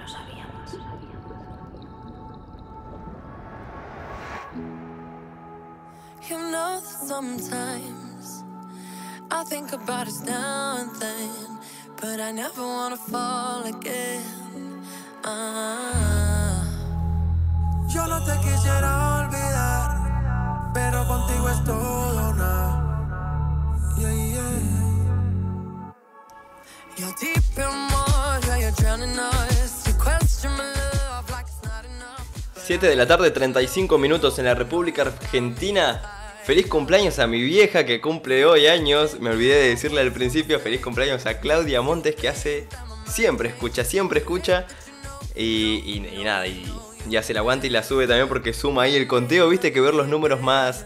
You know that sometimes I think about us now and then, but I never wanna fall again. Yo no te quisiera olvidar, pero contigo es todo una. Yeah, yeah. You're deep in water, you're drowning us. You question my love like it's not enough. 7 de la tarde, 35 minutos en la República Argentina. Feliz cumpleaños a mi vieja que cumple hoy años. Me olvidé de decirle al principio feliz cumpleaños a Claudia Montes, que siempre escucha. Y nada, y hace el aguante y la sube también porque suma ahí el conteo. Viste que ver los números más...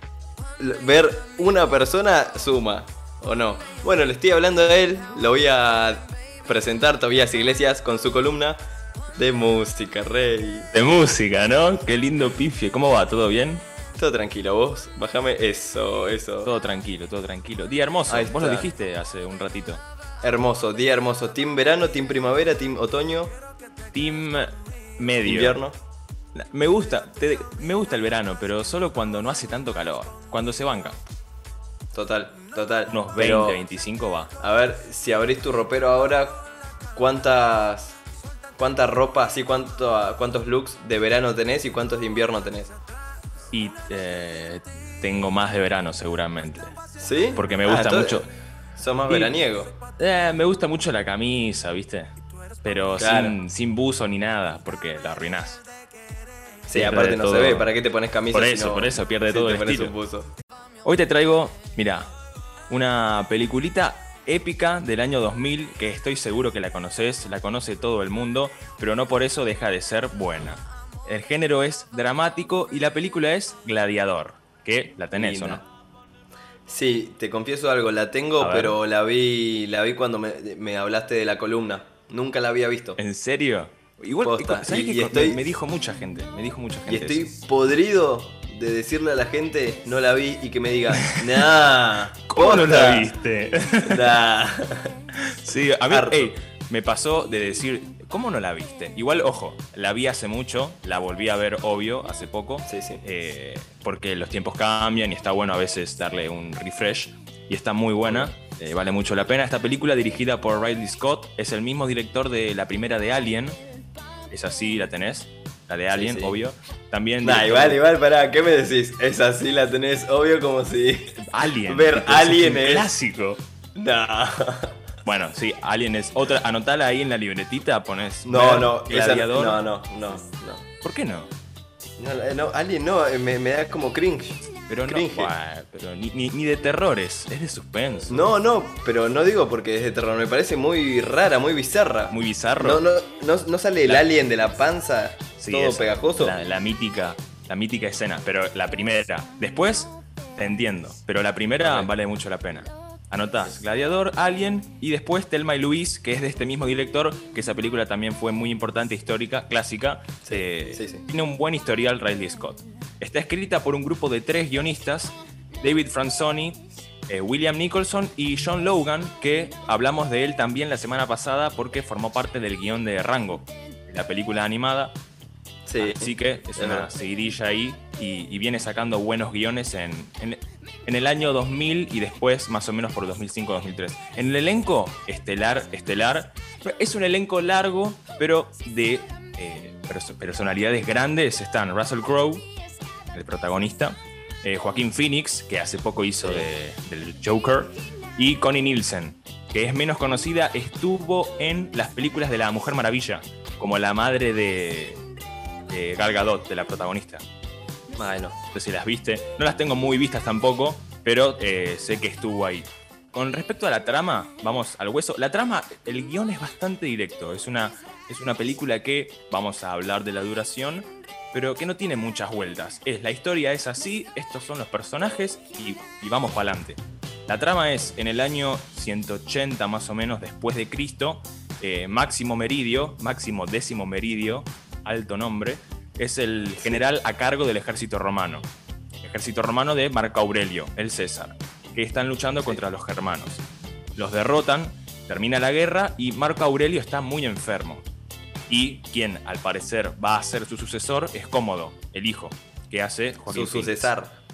Ver una persona suma, ¿o no? Bueno, le estoy hablando a él. Lo voy a presentar, Tobías Iglesias, con su columna de música, rey. De música, ¿no? Qué lindo pifie. ¿Cómo va? ¿Todo bien? Todo tranquilo, vos, bájame eso. Todo tranquilo. Día hermoso, Ahí vos lo está. dijiste hace un ratito. Hermoso, día hermoso. Team verano, team primavera, team otoño, Team medio. invierno. Me gusta el verano, pero solo cuando no hace tanto calor. Cuando se banca. Total. Unos 20, Pero, 25 va. a ver, si abrís tu ropero ahora, ¿cuánta ropa, así, cuántos looks de verano tenés y cuántos de invierno tenés? Y tengo más de verano seguramente. ¿Sí? Porque me gusta mucho. Sos más Y- veraniego. Me gusta mucho la camisa, ¿viste? Pero Claro. sin buzo ni nada, porque la arruinás. Sí, pierde aparte no todo. se ve, ¿para qué te pones camisa? Por si eso, no- por eso, pierde si todo te el pones estilo. un buzo? Hoy te traigo, mira, una peliculita épica del año 2000 que estoy seguro que la conoces, la conoce todo el mundo, pero no por eso deja de ser buena. El género es dramático y la película es Gladiador, que la tenés, Linda. ¿o no? Sí, te confieso algo, la tengo, A ver. pero la vi cuando me hablaste de la columna. Nunca la había visto. ¿En serio? Igual, Posta. ¿sabés Y qué? estoy- Me dijo mucha gente, Y estoy eso. podrido de decirle a la gente, no la vi, y que me diga, nah, ¿Cómo no posta, la viste? nah. Sí, a mí Harto. me pasó de decir, ¿cómo no la viste? Igual, ojo, la vi hace mucho, la volví a ver, obvio, hace poco. Sí. Porque los tiempos cambian y está bueno a veces darle un refresh. Y está muy buena, vale mucho la pena. Esta película, dirigida por Ridley Scott, es el mismo director de la primera de Alien. Es así, la tenés. La de Alien, sí. obvio. También Nah, director- igual, pará, ¿qué me decís? Esa sí la tenés, obvio, como si... Alien. Ver tipo, Alien es un es- clásico. Nah. Bueno, sí, Alien es otra. Anotala ahí en la libretita, pones. No, ver no, esa, Gladiador. no. ¿Por qué no? No, Alien no, me da como cringe. Pero no, Cringe. pero ni de terrores, es de suspenso. No, pero no digo porque es de terror, me parece muy rara, muy bizarra. Muy bizarro. No sale el alien de la panza, Sí, todo esa, pegajoso. La mítica escena, pero la primera. Después, te entiendo, pero la primera Ok. vale mucho la pena. Anotás Gladiador, Alien y después Thelma y Louise, que es de este mismo director, que esa película también fue muy importante, histórica, clásica. Sí. Tiene un buen historial Ridley Scott. Está escrita por un grupo de 3 guionistas, David Franzoni, William Nicholson y John Logan, que hablamos de él también la semana pasada porque formó parte del guión de Rango, la película animada. Sí. Así que es una verdad. seguidilla ahí y viene sacando buenos guiones en el año 2000 y después más o menos por 2005-2003. En el elenco estelar, es un elenco largo, pero de personalidades grandes están Russell Crowe, el protagonista, Joaquín Phoenix, que hace poco hizo del Joker, y Connie Nielsen, que es menos conocida, estuvo en las películas de la Mujer Maravilla, como la madre de Gal Gadot, de la protagonista. Ay, no. No sé si las viste. No las tengo muy vistas tampoco, pero sé que estuvo ahí. Con respecto a la trama, vamos al hueso. La trama, el guión es bastante directo. Es una película que, vamos a hablar de la duración, pero que no tiene muchas vueltas. La historia es así, estos son los personajes y vamos para adelante. La trama es en el año 180 más o menos después de Cristo. Máximo Décimo Meridio, alto nombre, es el general a cargo del ejército romano. Ejército romano de Marco Aurelio, el César, que están luchando contra los germanos. Los derrotan, termina la guerra y Marco Aurelio está muy enfermo. Y quien al parecer va a ser su sucesor es Cómodo, el hijo, que hace Joaquín Su Phoenix.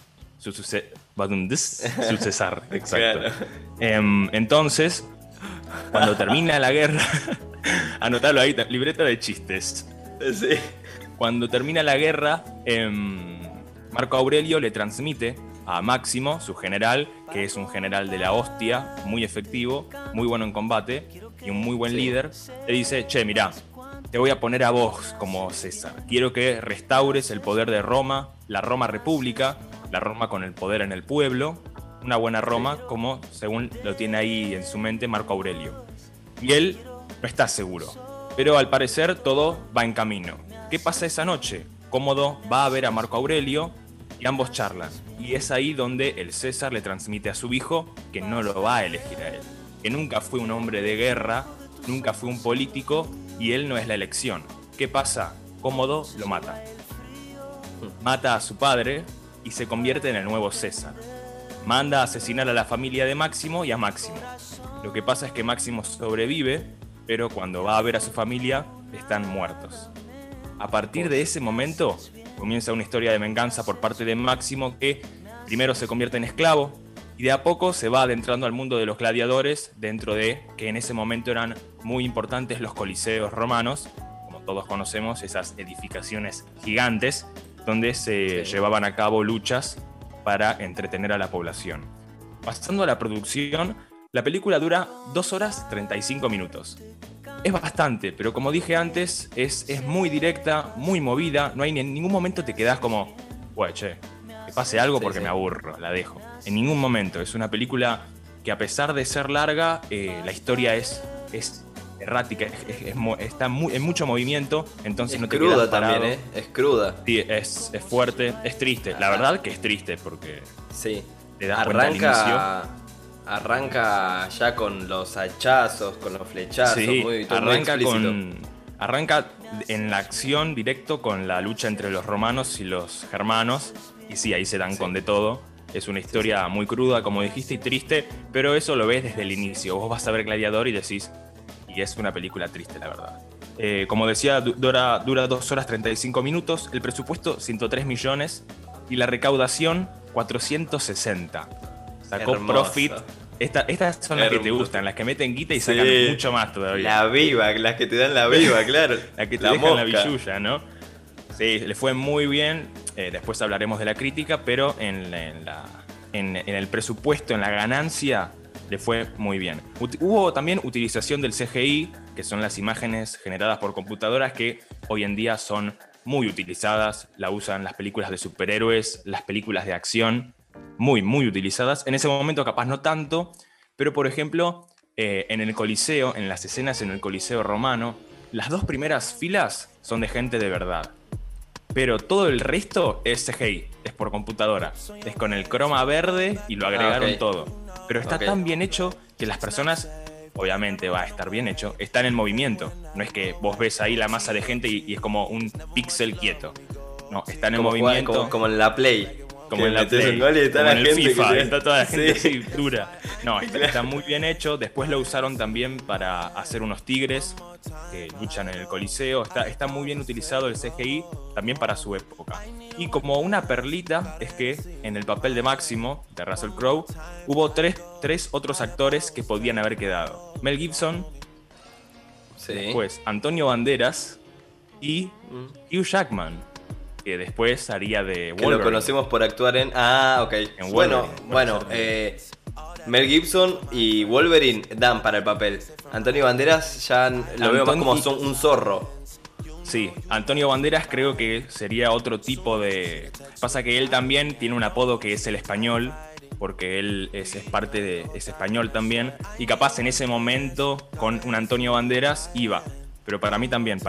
Sucesar, exacto. Claro. Entonces, cuando termina la guerra, anotalo ahí, libreta de chistes. Sí. Cuando termina la guerra, Marco Aurelio le transmite a Máximo, su general, que es un general de la hostia, muy efectivo, muy bueno en combate y un muy buen líder, le dice: che, mirá, te voy a poner a vos como César. Quiero que restaures el poder de Roma, la Roma República, la Roma con el poder en el pueblo, una buena Roma, como según lo tiene ahí en su mente Marco Aurelio. Y él no está seguro, pero al parecer todo va en camino. ¿Qué pasa esa noche? Cómodo va a ver a Marco Aurelio y ambos charlan. Y es ahí donde el César le transmite a su hijo que no lo va a elegir a él, que nunca fue un hombre de guerra, nunca fue un político y él no es la elección. ¿Qué pasa? Cómodo lo mata. Mata a su padre y se convierte en el nuevo César. Manda a asesinar a la familia de Máximo y a Máximo. Lo que pasa es que Máximo sobrevive, pero cuando va a ver a su familia están muertos. A partir de ese momento comienza una historia de venganza por parte de Máximo, que primero se convierte en esclavo y de a poco se va adentrando al mundo de los gladiadores, dentro de que en ese momento eran muy importantes los coliseos romanos, como todos conocemos, esas edificaciones gigantes donde se llevaban a cabo luchas para entretener a la población. Pasando a la producción, la película dura 2 horas 35 minutos. Es bastante, pero como dije antes, es muy directa, muy movida. No hay en ningún momento te quedás como, güey, che, que pase algo porque me aburro, la dejo. En ningún momento. Es una película que, a pesar de ser larga, la historia es errática, está en mucho movimiento, entonces Es no te cruda quedas parado. también, es cruda. Sí, es fuerte, es triste. La verdad que es triste porque Sí. te das cuenta al inicio. Arranca ya con los hachazos, con los flechazos, Sí, muy explícito. arranca en la acción directo con la lucha entre los romanos y los germanos. Y sí, ahí se dan con de todo. Es una historia muy cruda, como dijiste, y triste, pero eso lo ves desde el inicio. Vos vas a ver Gladiador y decís, y es una película triste, la verdad. Como decía, dura 2 horas 35 minutos, el presupuesto 103 millones y la recaudación 460. Sacó Hermoso. profit. Estas son las que te gustan, las que meten guita y sacan Sí. mucho más todavía. La viva, las que te dan la viva, claro. La que te La dejan la mosca. billulla, ¿no? Sí, le fue muy bien. Después hablaremos de la crítica, pero en el presupuesto, en la ganancia, le fue muy bien. Hubo también utilización del CGI, que son las imágenes generadas por computadoras que hoy en día son muy utilizadas. La usan las películas de superhéroes, las películas de acción, muy, muy utilizadas. En ese momento capaz no tanto, pero por ejemplo, en el Coliseo, en las escenas en el Coliseo romano, las 2 primeras filas son de gente de verdad. Pero todo el resto es CGI, es por computadora. Es con el croma verde y lo agregaron todo. Pero está tan bien hecho que las personas, obviamente va a estar bien hecho, están en movimiento. No es que vos ves ahí la masa de gente y es como un píxel quieto. No, están en movimiento. Como en la Play. Como que en la metés Play, un gol y está como la en el gente FIFA, que- está toda la gente Sí. así dura. No, está muy bien hecho. Después lo usaron también para hacer unos tigres que luchan en el Coliseo. Está muy bien utilizado el CGI también para su época. Y como una perlita es que en el papel de Máximo, de Russell Crowe, hubo tres otros actores que podían haber quedado. Mel Gibson, Sí. después Antonio Banderas y Hugh Jackman, que después haría de Que Wolverine. lo conocemos por actuar en... Ah, ok. En Bueno, Wolverine, Mel Gibson y Wolverine dan para el papel. Antonio Banderas ya lo veo más como un zorro. Sí, Antonio Banderas creo que sería otro tipo de... Pasa que él también tiene un apodo que es el español, porque él es español también, y capaz en ese momento con un Antonio Banderas iba. Pero para mí también,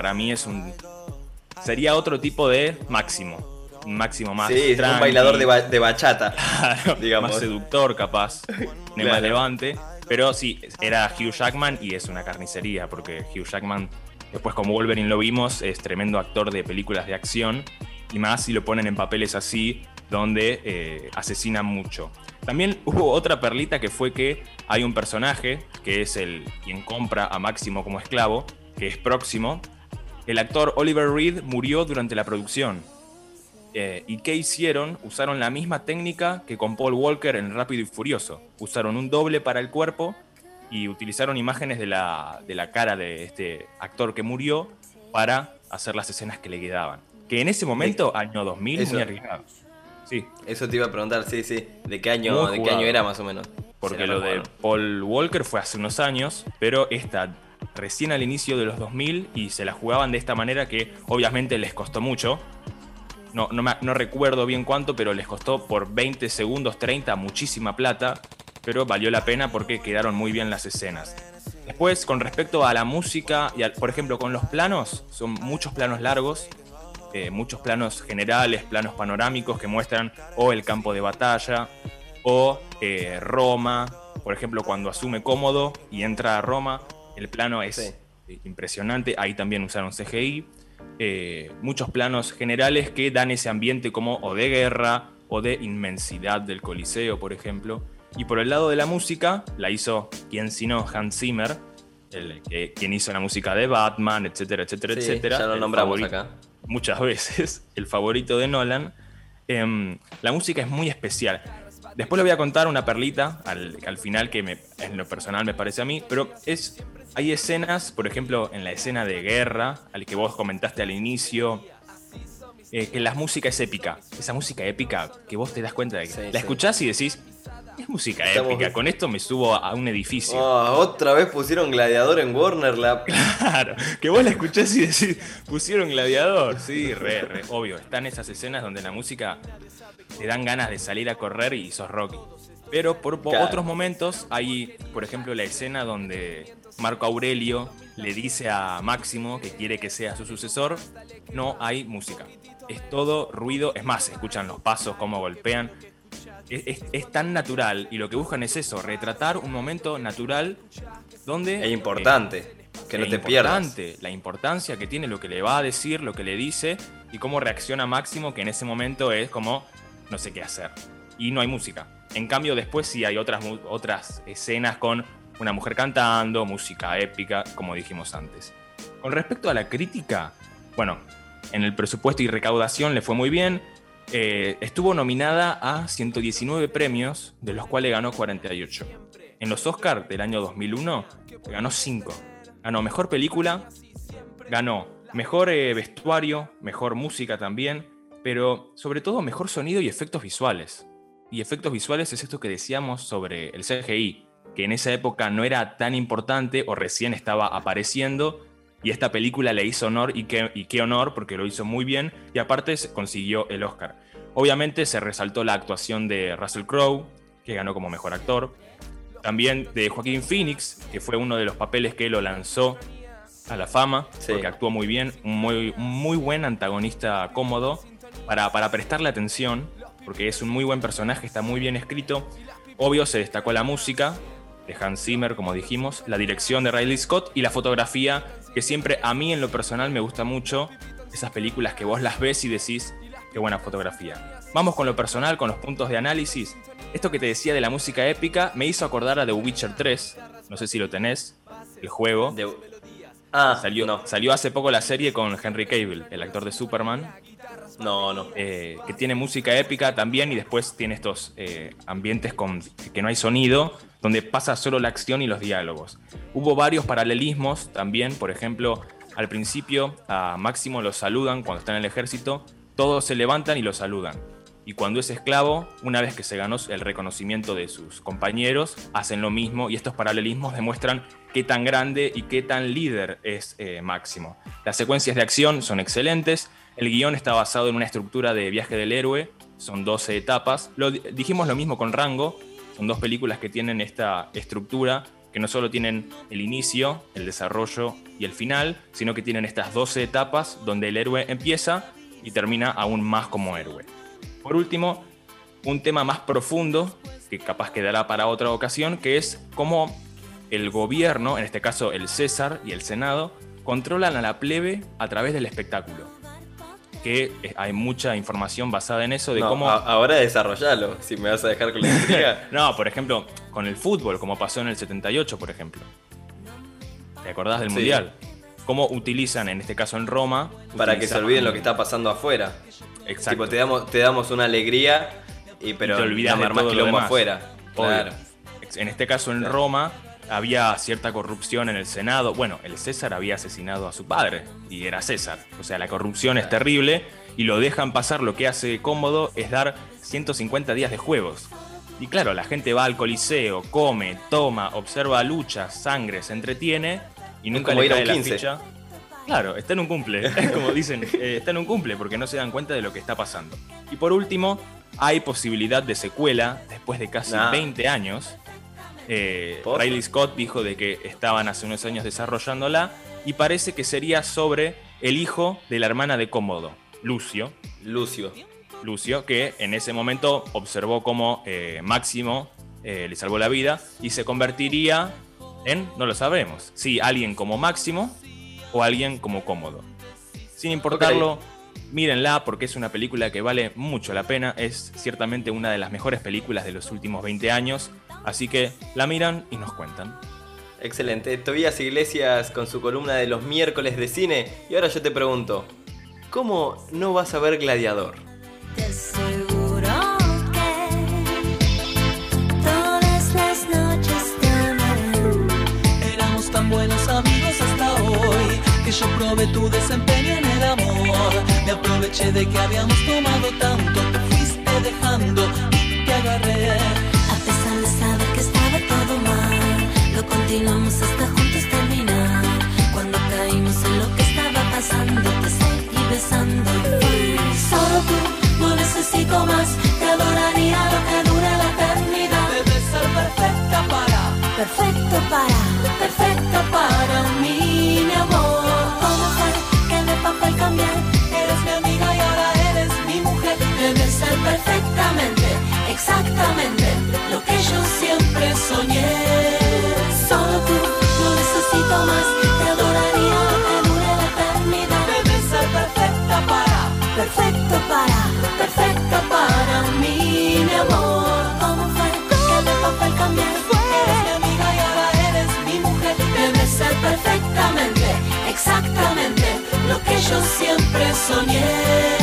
sería otro tipo de Máximo. Un Máximo más Sí, tranqui, un bailador de bachata, claro, digamos. más seductor capaz, de Claro. más levante. Pero sí, era Hugh Jackman y es una carnicería, porque Hugh Jackman, después como Wolverine lo vimos, es tremendo actor de películas de acción, y más si lo ponen en papeles así, donde asesinan mucho. También hubo otra perlita que fue que hay un personaje, que es quien compra a Máximo como esclavo, que es Próximo, el actor Oliver Reed murió durante la producción. ¿Y qué hicieron? Usaron la misma técnica que con Paul Walker en Rápido y Furioso. Usaron un doble para el cuerpo y utilizaron imágenes de la cara de este actor que murió para hacer las escenas que le quedaban. Que en ese momento, año 2000, muy arriesgado. Sí. Eso te iba a preguntar, sí. ¿De qué año era más o menos? Porque lo de Paul Walker fue hace unos años, pero esta recién al inicio de los 2000 y se la jugaban de esta manera que obviamente les costó mucho. No recuerdo bien cuánto, pero les costó por 20 segundos, 30, muchísima plata, pero valió la pena porque quedaron muy bien las escenas. Después, con respecto a la música, por ejemplo, con los planos, son muchos planos largos, muchos planos generales, planos panorámicos que muestran o el campo de batalla o Roma. Por ejemplo, cuando asume Cómodo y entra a Roma, el plano es impresionante. Ahí también usaron CGI. Muchos planos generales que dan ese ambiente como o de guerra o de inmensidad del Coliseo, por ejemplo. Y por el lado de la música, la hizo quien sino Hans Zimmer, quien hizo la música de Batman, etcétera, etcétera, etcétera. Ya lo nombramos acá muchas veces, el favorito de Nolan. La música es muy especial. Después le voy a contar una perlita al final que en lo personal me parece a mí, pero hay escenas, por ejemplo, en la escena de guerra, al que vos comentaste al inicio, que la música es épica. Esa música épica que vos te das cuenta de que la escuchás y decís, es música épica, con esto me subo a un edificio. Otra vez pusieron Gladiador en Warner. Claro, que vos la escuchás y decís, pusieron Gladiador. Sí, re, obvio. Están esas escenas donde la música te dan ganas de salir a correr y sos Rocky. Pero por otros momentos hay, por ejemplo, la escena donde Marco Aurelio le dice a Máximo que quiere que sea su sucesor. No hay música. Es todo ruido. Es más, se escuchan los pasos, cómo golpean. Es tan natural y lo que buscan es eso, retratar un momento natural donde... Es importante, que no te pierdas. La importancia que tiene lo que le va a decir, lo que le dice y cómo reacciona Máximo, que en ese momento es como no sé qué hacer. Y no hay música. En cambio después sí hay otras escenas con una mujer cantando, música épica, como dijimos antes. Con respecto a la crítica, bueno, en el presupuesto y recaudación le fue muy bien. Estuvo nominada a 119 premios, de los cuales ganó 48. En los Oscars del año 2001 ganó 5. Ganó Mejor Película, ganó Mejor Vestuario, Mejor Música también, pero sobre todo Mejor Sonido y Efectos Visuales. Y efectos visuales es esto que decíamos sobre el CGI, que en esa época no era tan importante o recién estaba apareciendo, y esta película le hizo honor, y qué honor, porque lo hizo muy bien, y aparte consiguió el Oscar. Obviamente se resaltó la actuación de Russell Crowe, que ganó como mejor actor. También de Joaquín Phoenix, que fue uno de los papeles que lo lanzó a la fama, porque actuó muy bien, un muy buen antagonista cómodo, para prestarle atención, porque es un muy buen personaje, está muy bien escrito. Obvio se destacó la música de Hans Zimmer, como dijimos, la dirección de Ridley Scott y la fotografía, que siempre a mí en lo personal me gusta mucho, esas películas que vos las ves y decís, qué buena fotografía. Vamos con lo personal, con los puntos de análisis. Esto que te decía de la música épica me hizo acordar a The Witcher 3, no sé si lo tenés, el juego. Salió hace poco la serie con Henry Cavill, el actor de Superman. Que tiene música épica también y después tiene estos ambientes que no hay sonido, donde pasa solo la acción y los diálogos. Hubo varios paralelismos también, por ejemplo, al principio a Máximo lo saludan cuando está en el ejército, todos se levantan y lo saludan. Y cuando es esclavo, una vez que se ganó el reconocimiento de sus compañeros, hacen lo mismo y estos paralelismos demuestran qué tan grande y qué tan líder es Máximo. Las secuencias de acción son excelentes. El guión está basado en una estructura de viaje del héroe, son 12 etapas. Dijimos lo mismo con Rango, son dos películas que tienen esta estructura, que no solo tienen el inicio, el desarrollo y el final, sino que tienen estas 12 etapas donde el héroe empieza y termina aún más como héroe. Por último, un tema más profundo, que capaz quedará para otra ocasión, que es cómo el gobierno, en este caso el César y el Senado, controlan a la plebe a través del espectáculo. Que hay mucha información basada en eso de cómo... Ahora desarrollalo, si me vas a dejar con la intriga. No, por ejemplo, con el fútbol, como pasó en el 78, por ejemplo. ¿Te acordás del Mundial? cómo utilizan, en este caso en Roma, para que se olviden lo que está pasando afuera. Exacto. Tipo, te damos una alegría, pero te olvidas no de armás todo lo quilombo demás. afuera. Claro. En este caso en Roma había cierta corrupción en el Senado. Bueno, el César había asesinado a su padre y era César. O sea, la corrupción es terrible y lo dejan pasar. Lo que hace Cómodo es dar 150 días de juegos. Y claro, la gente va al Coliseo, come, toma, observa luchas, sangre, se entretiene y nunca le cae la ficha. Claro, está en un cumple, como dicen, está en un cumple porque no se dan cuenta de lo que está pasando. Y por último, hay posibilidad de secuela después de casi 20 años. Riley Scott dijo de que estaban hace unos años desarrollándola y parece que sería sobre el hijo de la hermana de Cómodo, Lucio, que en ese momento observó cómo Máximo le salvó la vida y se convertiría en, no lo sabemos, si alguien como Máximo o alguien como Cómodo. Sin importarlo, mírenla porque es una película que vale mucho la pena. Es ciertamente una de las mejores películas de los últimos 20 años. Así que la miran y nos cuentan. Excelente. Tobías Iglesias con su columna de los miércoles de cine. Y ahora yo te pregunto, ¿cómo no vas a ver Gladiador? Te aseguro que todas las noches te amaré. Éramos tan buenos amigos hasta hoy, que yo probé tu desempeño en el amor. Me aproveché de que habíamos tomado tanto, te fuiste dejando y te agarré. A pesar de saber que estaba todo mal, lo continuamos hasta juntos terminar. Cuando caímos en lo que estaba pasando, te seguí besando y fue solo tú, no necesito más. Te adoraría lo que dure la eternidad. Debes ser perfecta para mí, mi amor. ¿Cómo fue que de papel cambié? Eres mi amiga y ahora eres mi mujer. Debes ser perfectamente, exactamente lo que yo siempre soñé. Solo tú, no necesito más. Te adoraría lo que dure la eternidad. Debes ser perfecta para mí, mi amor. ¿Cómo fue que de papel cambié? Eres mi amiga y ahora eres mi mujer. Debes ser perfectamente, exactamente lo que yo siempre soñé.